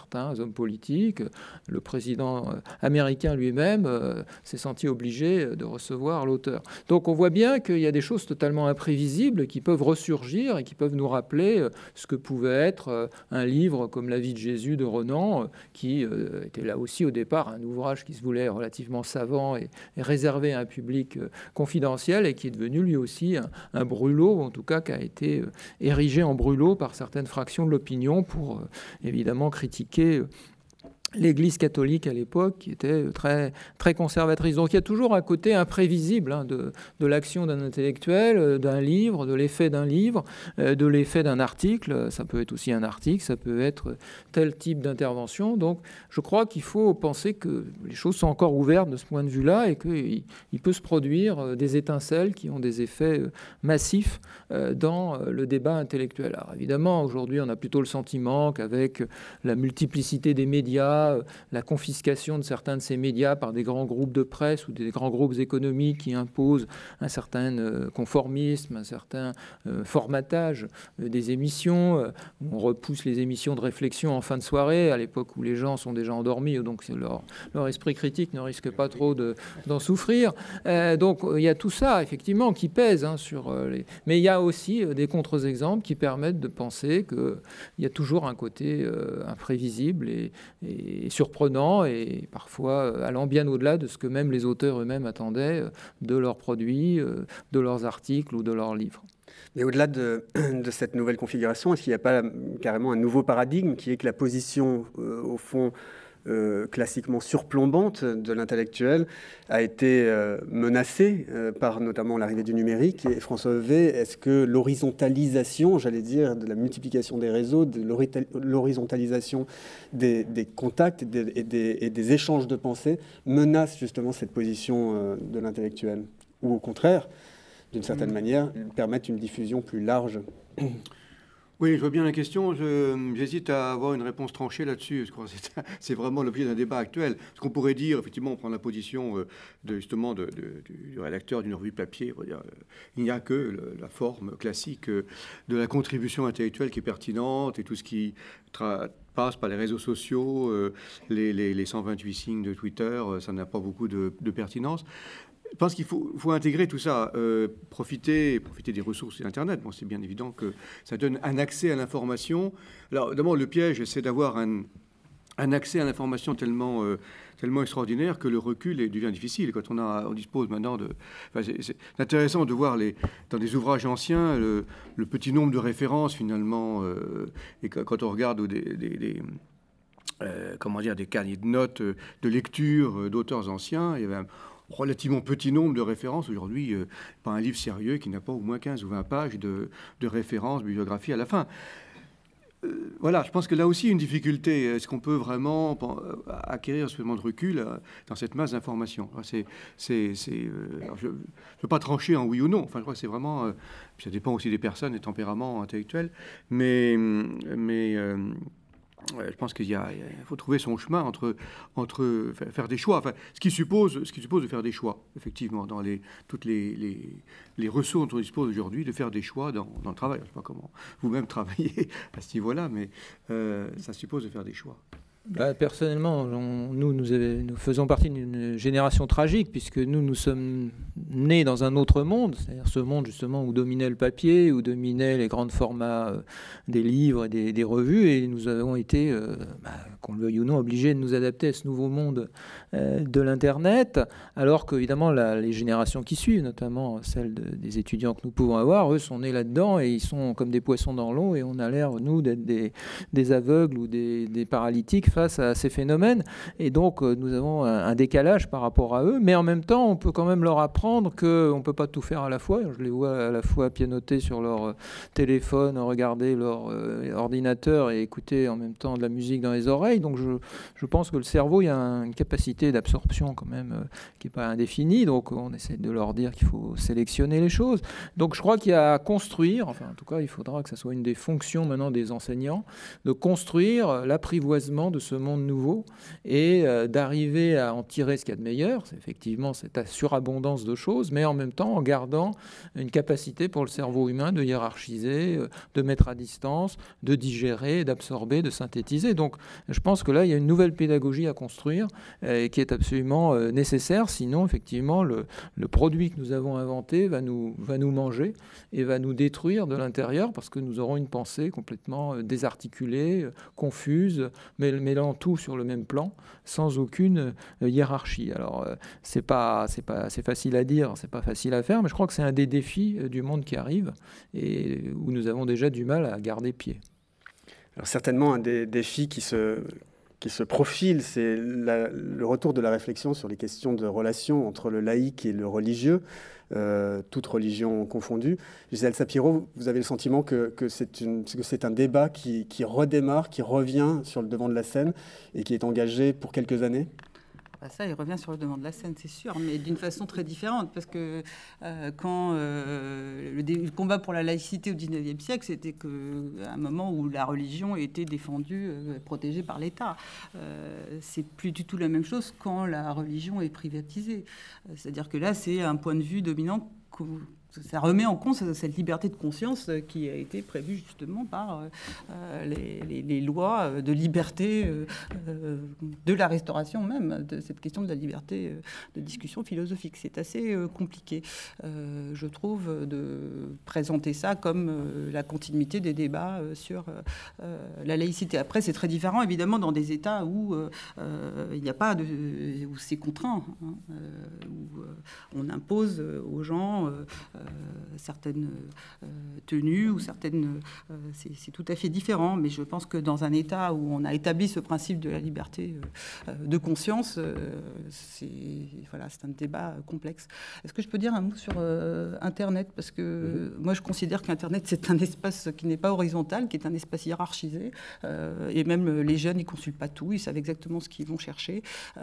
certains hommes politiques. Le président américain lui-même s'est senti obligé de recevoir l'auteur. Donc on voit bien qu'il y a des choses totalement imprévisibles qui peuvent ressurgir et qui peuvent nous rappeler ce que pouvait être un livre comme La vie de Jésus de Renan, qui était là aussi au départ un ouvrage qui se voulait relativement savant et réservé à un public confidentiel et qui est devenu lui aussi un brûlot, en tout cas qui a été érigé en brûlot par certaines fractions de l'opinion pour évidemment critiquer l'Église catholique à l'époque, qui était très, très conservatrice. Donc il y a toujours un côté imprévisible de l'action d'un intellectuel, d'un livre, de l'effet d'un livre, de l'effet d'un article. Ça peut être aussi un article, ça peut être tel type d'intervention. Donc je crois qu'il faut penser que les choses sont encore ouvertes de ce point de vue-là et qu'il peut se produire des étincelles qui ont des effets massifs dans le débat intellectuel. Alors évidemment, aujourd'hui, on a plutôt le sentiment qu'avec la multiplicité des médias, la confiscation de certains de ces médias par des grands groupes de presse ou des grands groupes économiques qui imposent un certain conformisme, un certain formatage des émissions. On repousse les émissions de réflexion en fin de soirée, à l'époque où les gens sont déjà endormis, donc leur esprit critique ne risque pas trop d'en souffrir. Donc il y a tout ça, effectivement, qui pèse sur les... Mais il y a aussi des contre-exemples qui permettent de penser qu'il y a toujours un côté imprévisible et surprenant et parfois allant bien au-delà de ce que même les auteurs eux-mêmes attendaient de leurs produits, de leurs articles ou de leurs livres. Mais au-delà de cette nouvelle configuration, est-ce qu'il n'y a pas carrément un nouveau paradigme qui est que la position, au fond, classiquement surplombante de l'intellectuel a été menacée par notamment l'arrivée du numérique. Et François Heuvet, est-ce que l'horizontalisation, j'allais dire, de la multiplication des réseaux, de l'horizontalisation des contacts et des échanges de pensée menace justement cette position de l'intellectuel? Ou au contraire, d'une certaine manière, permettent une diffusion plus large? Oui, je vois bien la question. J'hésite à avoir une réponse tranchée là-dessus. Je crois que c'est vraiment l'objet d'un débat actuel. Ce qu'on pourrait dire, effectivement, on prend la position du rédacteur d'une revue papier. Il n'y a que la forme classique de la contribution intellectuelle qui est pertinente et tout ce qui passe par les réseaux sociaux, les 128 signes de Twitter, ça n'a pas beaucoup de pertinence. Je pense qu'il faut intégrer tout ça, profiter des ressources d'Internet. Bon, c'est bien évident que ça donne un accès à l'information. Alors, d'abord, le piège, c'est d'avoir un accès à l'information tellement extraordinaire que le recul devient difficile. Quand on dispose maintenant c'est intéressant de voir dans des ouvrages anciens le petit nombre de références, finalement, et quand on regarde des carnets de notes de lecture d'auteurs anciens, il y avait un relativement petit nombre de références. Aujourd'hui, pas un livre sérieux qui n'a pas au moins 15 ou 20 pages de références, bibliographies à la fin. Voilà, je pense que là aussi, une difficulté. Est-ce qu'on peut vraiment acquérir suffisamment de recul dans cette masse d'informations? Je ne veux pas trancher en oui ou non. Enfin, je crois que c'est vraiment... ça dépend aussi des personnes, des tempéraments intellectuels. Mais je pense qu'il faut trouver son chemin entre faire des choix. Enfin, ce qui suppose de faire des choix, effectivement, dans toutes les ressources dont on dispose aujourd'hui, de faire des choix dans le travail. Je ne sais pas comment vous-même travaillez à ce niveau-là, mais ça suppose de faire des choix. Personnellement, nous faisons partie d'une génération tragique, puisque nous sommes nés dans un autre monde, c'est-à-dire ce monde justement où dominait le papier, où dominaient les grands formats des livres et des revues, et nous avons été, qu'on le veuille ou non, obligés de nous adapter à ce nouveau monde de l'Internet, alors qu'évidemment les générations qui suivent, notamment celles des étudiants que nous pouvons avoir, eux sont nés là-dedans et ils sont comme des poissons dans l'eau, et on a l'air, nous, d'être des aveugles ou des paralytiques face à ces phénomènes, et donc nous avons un décalage par rapport à eux, mais en même temps on peut quand même leur apprendre qu'on ne peut pas tout faire à la fois. Je les vois à la fois pianoter sur leur téléphone, regarder leur ordinateur et écouter en même temps de la musique dans les oreilles. Donc je pense que le cerveau, il y a une capacité d'absorption quand même qui n'est pas indéfinie, donc on essaie de leur dire qu'il faut sélectionner les choses. Donc je crois qu'il y a à construire, enfin en tout cas il faudra que ça soit une des fonctions maintenant des enseignants, de construire l'apprivoisement de de ce monde nouveau et d'arriver à en tirer ce qu'il y a de meilleur. C'est effectivement cette surabondance de choses, mais en même temps en gardant une capacité pour le cerveau humain de hiérarchiser, de mettre à distance, de digérer, d'absorber, de synthétiser. Donc je pense que là, il y a une nouvelle pédagogie à construire qui est absolument nécessaire. Sinon, effectivement, le produit que nous avons inventé va nous manger et va nous détruire de l'intérieur parce que nous aurons une pensée complètement désarticulée, confuse, mêlant tout sur le même plan, sans aucune hiérarchie. Alors, c'est facile à dire, c'est pas facile à faire, mais je crois que c'est un des défis du monde qui arrive et où nous avons déjà du mal à garder pied. Alors, certainement, un des défis qui se profile, c'est le retour de la réflexion sur les questions de relation entre le laïque et le religieux, toute religion confondue. Gisèle Sapiro, vous avez le sentiment que c'est un débat qui redémarre, qui revient sur le devant de la scène et qui est engagé pour quelques années ? Ça, il revient sur le devant de la scène, c'est sûr, mais d'une façon très différente, parce que quand le combat pour la laïcité au XIXe siècle, c'était un moment où la religion était défendue, protégée par l'État. C'est plus du tout la même chose quand la religion est privatisée. C'est-à-dire que là, c'est un point de vue dominant. Ça remet en cause cette liberté de conscience qui a été prévue justement par les lois de liberté de la Restauration même, de cette question de la liberté de discussion philosophique. C'est assez compliqué, je trouve, de présenter ça comme la continuité des débats sur la laïcité. Après, c'est très différent, évidemment, dans des États où il n'y a pas où c'est contraint, hein, où on impose aux gens certaines tenues ou certaines... c'est tout à fait différent, mais je pense que dans un État où on a établi ce principe de la liberté de conscience, c'est un débat complexe. Est-ce que je peux dire un mot sur Internet ? Parce que moi, je considère qu'Internet, c'est un espace qui n'est pas horizontal, qui est un espace hiérarchisé, et même les jeunes, ils ne consultent pas tout, ils savent exactement ce qu'ils vont chercher.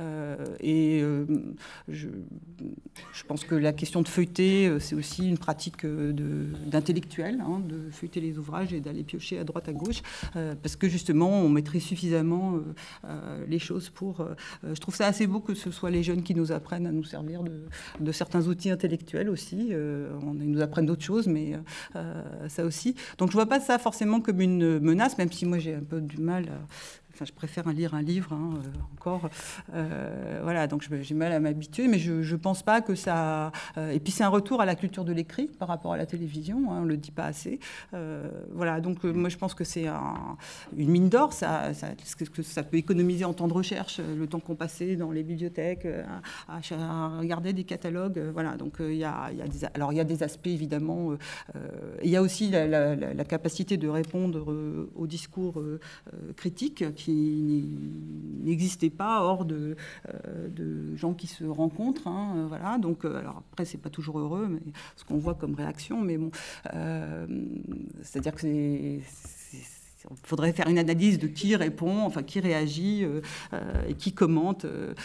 Je pense que la question de feuilleter, c'est aussi une pratique d'intellectuel, hein, de feuilleter les ouvrages et d'aller piocher à droite à gauche, parce que justement on maîtrise suffisamment les choses pour... je trouve ça assez beau que ce soit les jeunes qui nous apprennent à nous servir de certains outils intellectuels aussi. Ils nous apprennent d'autres choses, mais ça aussi. Donc je vois pas ça forcément comme une menace, même si moi j'ai un peu du mal à... je préfère lire un livre, hein, encore. Voilà, donc j'ai mal à m'habituer, mais je ne pense pas que ça... et puis c'est un retour à la culture de l'écrit par rapport à la télévision, hein, on ne le dit pas assez. Voilà, donc moi je pense que c'est une mine d'or, ça peut économiser en temps de recherche, le temps qu'on passait dans les bibliothèques, à regarder des catalogues. Voilà, donc il y a des aspects évidemment. Il y a aussi la capacité de répondre au discours critique qui n'existait pas hors de gens qui se rencontrent, hein, voilà. Donc, alors après, c'est pas toujours heureux, mais ce qu'on voit comme réaction, mais bon, c'est-à-dire que il faudrait faire une analyse de qui répond, enfin qui réagit et qui commente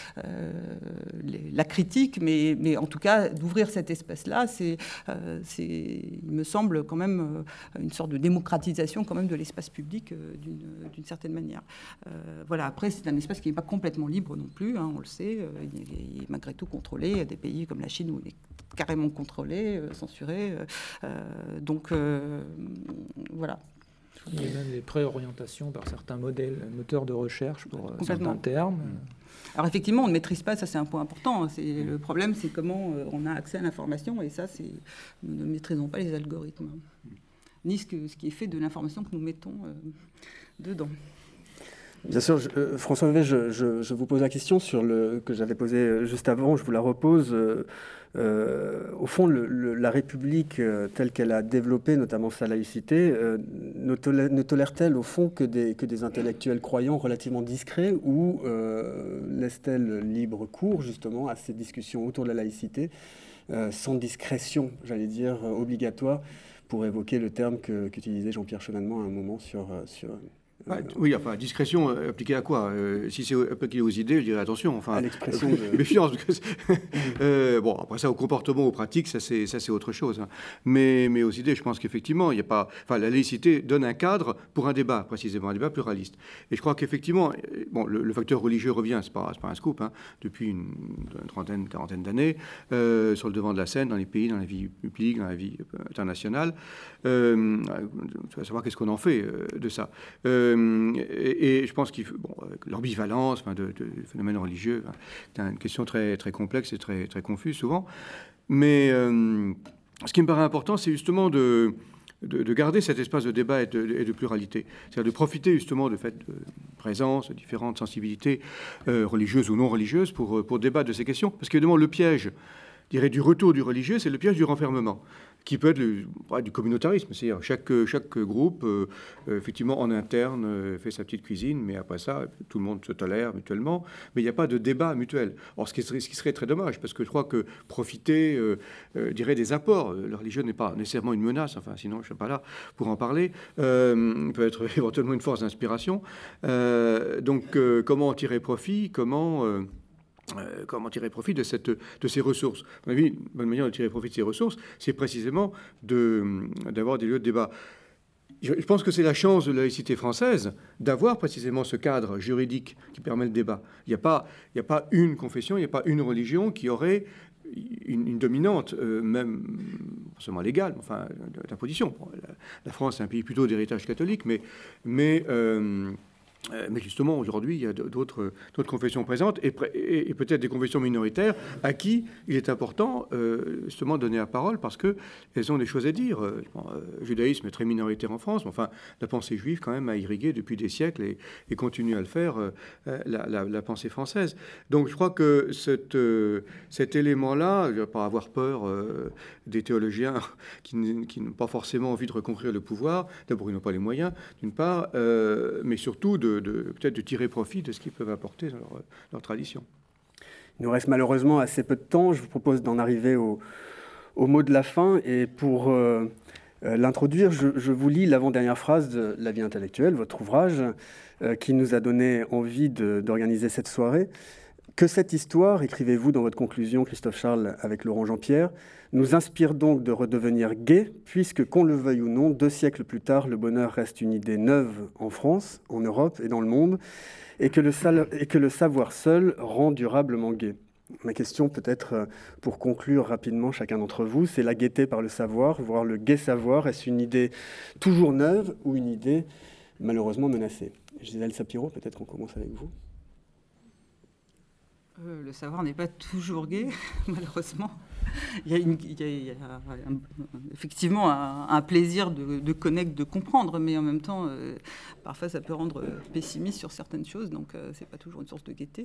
la critique, mais en tout cas d'ouvrir cet espace-là, il me semble quand même une sorte de démocratisation quand même de l'espace public d'une certaine manière. Voilà. Après, c'est un espace qui n'est pas complètement libre non plus, hein, on le sait. Il est malgré tout contrôlé. Il y a des pays comme la Chine où il est carrément contrôlé, censuré. Donc voilà. Il y a même des préorientations par certains moteurs de recherche pour certains termes. Alors effectivement, on ne maîtrise pas, ça c'est un point important. Le problème, c'est comment on a accès à l'information, et ça, nous ne maîtrisons pas les algorithmes, ni ce qui est fait de l'information que nous mettons dedans. Bien sûr, François Vevey, je vous pose la question que j'avais posée juste avant, je vous la repose. Au fond, la République telle qu'elle a développé, notamment sa laïcité, ne tolère-t-elle au fond que des intellectuels croyants relativement discrets, ou laisse-t-elle libre cours justement à ces discussions autour de la laïcité, sans discrétion, j'allais dire, obligatoire, pour évoquer le terme qu'utilisait Jean-Pierre Chevènement à un moment sur Oui, enfin, discrétion appliquée à quoi? Si c'est appliqué aux idées, je dirais attention. Enfin, à l'expression méfiance. Bon, après ça, au comportement, aux pratiques, ça c'est autre chose. Hein. Mais aux idées, je pense qu'effectivement, il n'y a pas. Enfin, la laïcité donne un cadre pour un débat, précisément, un débat pluraliste. Et je crois qu'effectivement, bon, le facteur religieux revient, c'est pas un scoop, hein, depuis une trentaine, quarantaine d'années, sur le devant de la scène, dans les pays, dans la vie publique, dans la vie internationale. Savoir qu'est-ce qu'on en fait de ça. Et je pense qu'il faut, bon, l'ambivalence du phénomène religieux, hein, c'est une question très, très complexe et très, très confuse souvent. Mais ce qui me paraît important, c'est justement de garder cet espace de débat et de pluralité. C'est-à-dire de profiter justement de fait de présence, de différentes sensibilités religieuses ou non religieuses pour débattre de ces questions. Parce qu'évidemment, le piège, je dirais, du retour du religieux, c'est le piège du renfermement, qui peut être du communautarisme. C'est-à-dire chaque groupe, effectivement, en interne, fait sa petite cuisine, mais après ça, tout le monde se tolère mutuellement, mais il n'y a pas de débat mutuel. Or, ce qui serait très dommage, parce que je crois que profiter, dirais, des apports, la religion n'est pas nécessairement une menace, enfin, sinon je ne serais pas là pour en parler, peut être éventuellement une force d'inspiration. Donc, comment en tirer profit, comment tirer profit de ces ressources. À mon avis, une bonne manière de tirer profit de ces ressources, c'est précisément d'avoir des lieux de débat. Je pense que c'est la chance de la laïcité française d'avoir précisément ce cadre juridique qui permet le débat. Il n'y a pas une confession, il n'y a pas une religion qui aurait une dominante, même pas seulement légale, mais enfin d'imposition. Bon, la France est un pays plutôt d'héritage catholique, mais justement, aujourd'hui, il y a d'autres confessions présentes et peut-être des confessions minoritaires à qui il est important justement de donner la parole parce qu'elles ont des choses à dire. Le judaïsme est très minoritaire en France, mais enfin, la pensée juive, quand même, a irrigué depuis des siècles et continue à le faire la pensée française. Donc, je crois que cet élément-là, je ne vais pas avoir peur des théologiens qui n'ont pas forcément envie de reconquérir le pouvoir. D'abord, ils n'ont pas les moyens, d'une part, mais surtout peut-être de tirer profit de ce qu'ils peuvent apporter dans leur tradition. Il nous reste malheureusement assez peu de temps. Je vous propose d'en arriver au mot de la fin. Et pour l'introduire, je vous lis l'avant-dernière phrase de La vie intellectuelle, votre ouvrage, qui nous a donné envie d'organiser cette soirée. Que cette histoire, écrivez-vous dans votre conclusion, Christophe Charles, avec Laurent Jean-Pierre, nous inspire donc de redevenir gai, puisque, qu'on le veuille ou non, 2 siècles plus tard, le bonheur reste une idée neuve en France, en Europe et dans le monde, et que le savoir seul rend durablement gai. Ma question, peut-être pour conclure rapidement chacun d'entre vous, c'est la gaieté par le savoir, voire le gai savoir. Est-ce une idée toujours neuve ou une idée malheureusement menacée? Gisèle Sapiro, peut-être qu'on commence avec vous. Le savoir n'est pas toujours gai, malheureusement. Il y a effectivement un plaisir de connaître, de comprendre, mais en même temps, parfois ça peut rendre pessimiste sur certaines choses, donc c'est pas toujours une source de gaieté.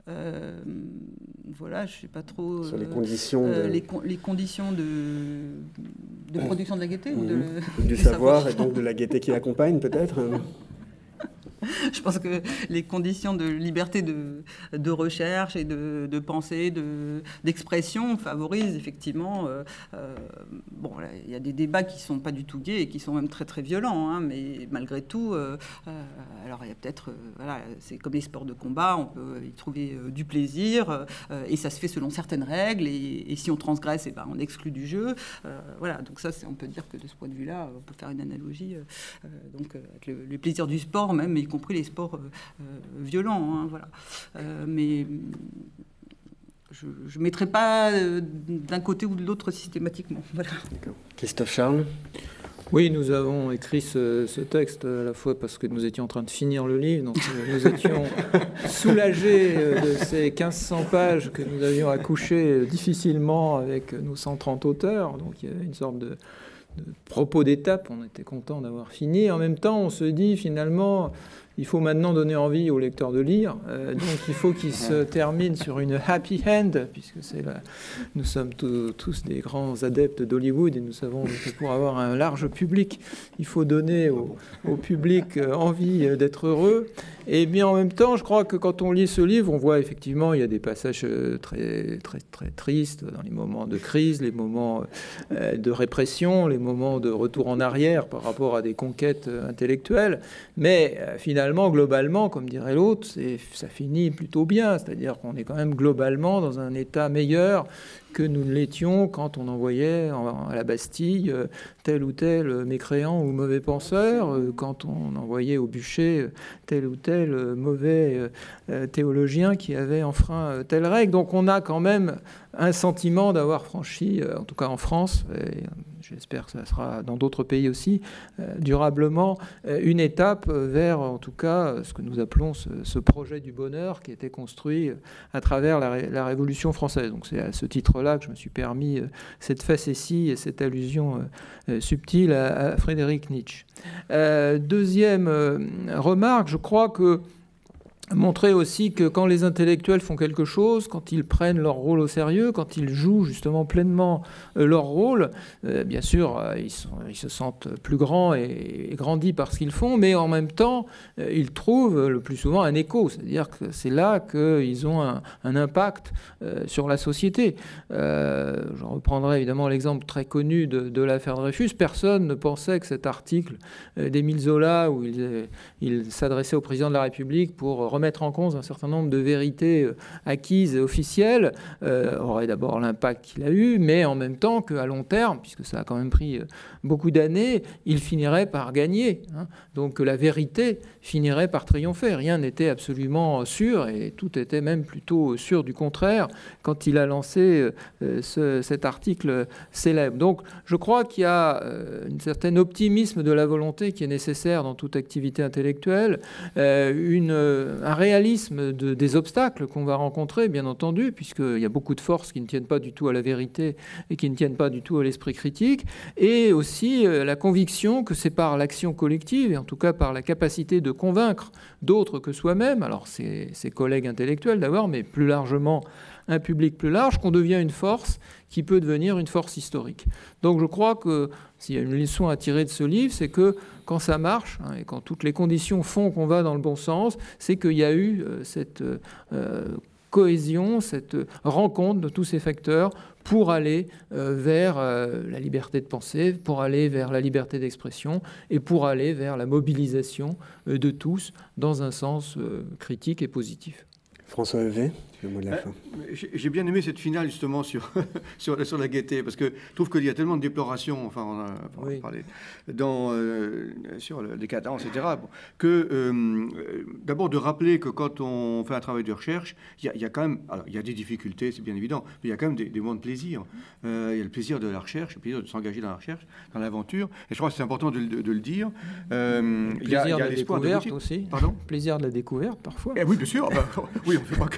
Voilà, je sais pas trop... Sur les conditions les conditions de production de la gaieté ou du savoir et donc de la gaieté qui l'accompagne, peut-être. Je pense que les conditions de liberté de recherche et de pensée, d'expression favorisent effectivement... bon, il y a des débats qui ne sont pas du tout gais et qui sont même très très violents, hein, mais malgré tout, alors il y a peut-être... voilà, c'est comme les sports de combat, on peut y trouver du plaisir et ça se fait selon certaines règles et si on transgresse, eh ben, on exclut du jeu. Voilà, donc ça, on peut dire que de ce point de vue-là, on peut faire une analogie donc, avec le plaisir du sport même, y compris les sports violents. Hein, voilà. Mais je ne mettrai pas d'un côté ou de l'autre systématiquement. Voilà. Christophe Charles. Oui, nous avons écrit ce texte à la fois parce que nous étions en train de finir le livre, donc nous étions soulagés de ces 1500 pages que nous avions accouchées difficilement avec nos 130 auteurs. Donc il y avait une sorte de propos d'étape, on était content d'avoir fini. En même temps, on se dit finalement, il faut maintenant donner envie aux lecteurs de lire. Donc il faut qu'il se termine sur une happy end, puisque nous sommes tous des grands adeptes d'Hollywood et nous savons que pour avoir un large public, il faut donner au public envie d'être heureux. Et bien en même temps, je crois que quand on lit ce livre, on voit effectivement il y a des passages très, très, très tristes dans les moments de crise, les moments de répression, les moments de retour en arrière par rapport à des conquêtes intellectuelles. Mais finalement, globalement, comme dirait l'autre, ça finit plutôt bien. C'est-à-dire qu'on est quand même globalement dans un état meilleur que nous ne l'étions quand on envoyait à la Bastille tel ou tel mécréant ou mauvais penseur, quand on envoyait au bûcher tel ou tel mauvais théologien qui avait enfreint telle règle. Donc on a quand même un sentiment d'avoir franchi, en tout cas en France, et j'espère que ça sera dans d'autres pays aussi, durablement, une étape vers, en tout cas, ce que nous appelons ce projet du bonheur qui était construit à travers la Révolution française. Donc c'est à ce titre-là que je me suis permis cette facétie et cette allusion subtile à Friedrich Nietzsche. Deuxième remarque, je crois que montrer aussi que quand les intellectuels font quelque chose, quand ils prennent leur rôle au sérieux, quand ils jouent justement pleinement leur rôle, bien sûr, ils se sentent plus grands et grandis par ce qu'ils font, mais en même temps, ils trouvent le plus souvent un écho. C'est-à-dire que c'est là qu'ils ont un impact sur la société. Je reprendrai évidemment l'exemple très connu de l'affaire Dreyfus. Personne ne pensait que cet article d'Émile Zola, où il s'adressait au président de la République pour remettre en cause un certain nombre de vérités acquises et officielles, aurait d'abord l'impact qu'il a eu, mais en même temps qu'à long terme, puisque ça a quand même pris beaucoup d'années, il finirait par gagner. Donc la vérité finirait par triompher. Rien n'était absolument sûr, et tout était même plutôt sûr du contraire quand il a lancé cet article célèbre. Donc je crois qu'il y a un certain optimisme de la volonté qui est nécessaire dans toute activité intellectuelle, un réalisme des obstacles qu'on va rencontrer, bien entendu, puisqu'il y a beaucoup de forces qui ne tiennent pas du tout à la vérité et qui ne tiennent pas du tout à l'esprit critique, et aussi la conviction que c'est par l'action collective, et en tout cas par la capacité de convaincre d'autres que soi-même, alors ses collègues intellectuels d'abord, mais plus largement un public plus large, qu'on devient une force qui peut devenir une force historique. Donc je crois que s'il y a une leçon à tirer de ce livre, c'est que quand ça marche, et quand toutes les conditions font qu'on va dans le bon sens, c'est qu'il y a eu cette cohésion, cette rencontre de tous ces facteurs pour aller vers la liberté de penser, pour aller vers la liberté d'expression et pour aller vers la mobilisation de tous dans un sens critique et positif. François Hevet, le mot de la fin. J'ai bien aimé cette finale justement sur la gaieté, parce que je trouve qu'il y a tellement de déploration, enfin on a parlé, sur le décadence, etc., que d'abord de rappeler que quand on fait un travail de recherche, il y a quand même, alors il y a des difficultés, c'est bien évident, mais il y a quand même des moments de plaisir. Il y a le plaisir de la recherche, le plaisir de s'engager dans la recherche, dans l'aventure, et je crois que c'est important de le dire. Il y a de la découverte aussi. Pardon ? Plaisir de la découverte parfois. Oui, bien sûr. Oui, on ne fait pas que...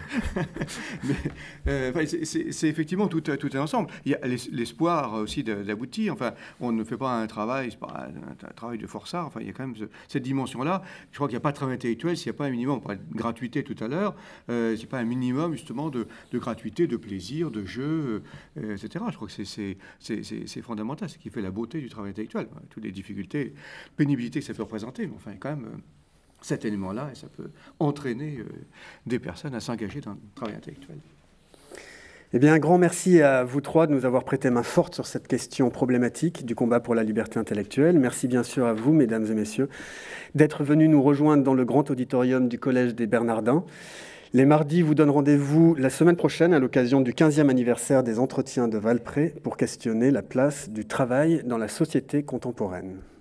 Mais c'est effectivement tout est ensemble. Il y a l'espoir aussi d'aboutir. Enfin, on ne fait pas un travail, c'est pas un travail de forçat. Enfin, il y a quand même cette dimension-là. Je crois qu'il n'y a pas de travail intellectuel s'il n'y a pas un minimum. On parlait de gratuité tout à l'heure. S'il n'y a pas un minimum justement de gratuité, de plaisir, de jeu, etc. Je crois que c'est fondamental. C'est ce qui fait la beauté du travail intellectuel. Toutes les difficultés, pénibilité que ça peut représenter. Mais enfin, quand même... cet élément-là, et ça peut entraîner des personnes à s'engager dans le travail intellectuel. Eh bien, un grand merci à vous trois de nous avoir prêté main forte sur cette question problématique du combat pour la liberté intellectuelle. Merci bien sûr à vous, mesdames et messieurs, d'être venus nous rejoindre dans le grand auditorium du Collège des Bernardins. Les mardis vous donnent rendez-vous la semaine prochaine à l'occasion du 15e anniversaire des Entretiens de Valpré pour questionner la place du travail dans la société contemporaine.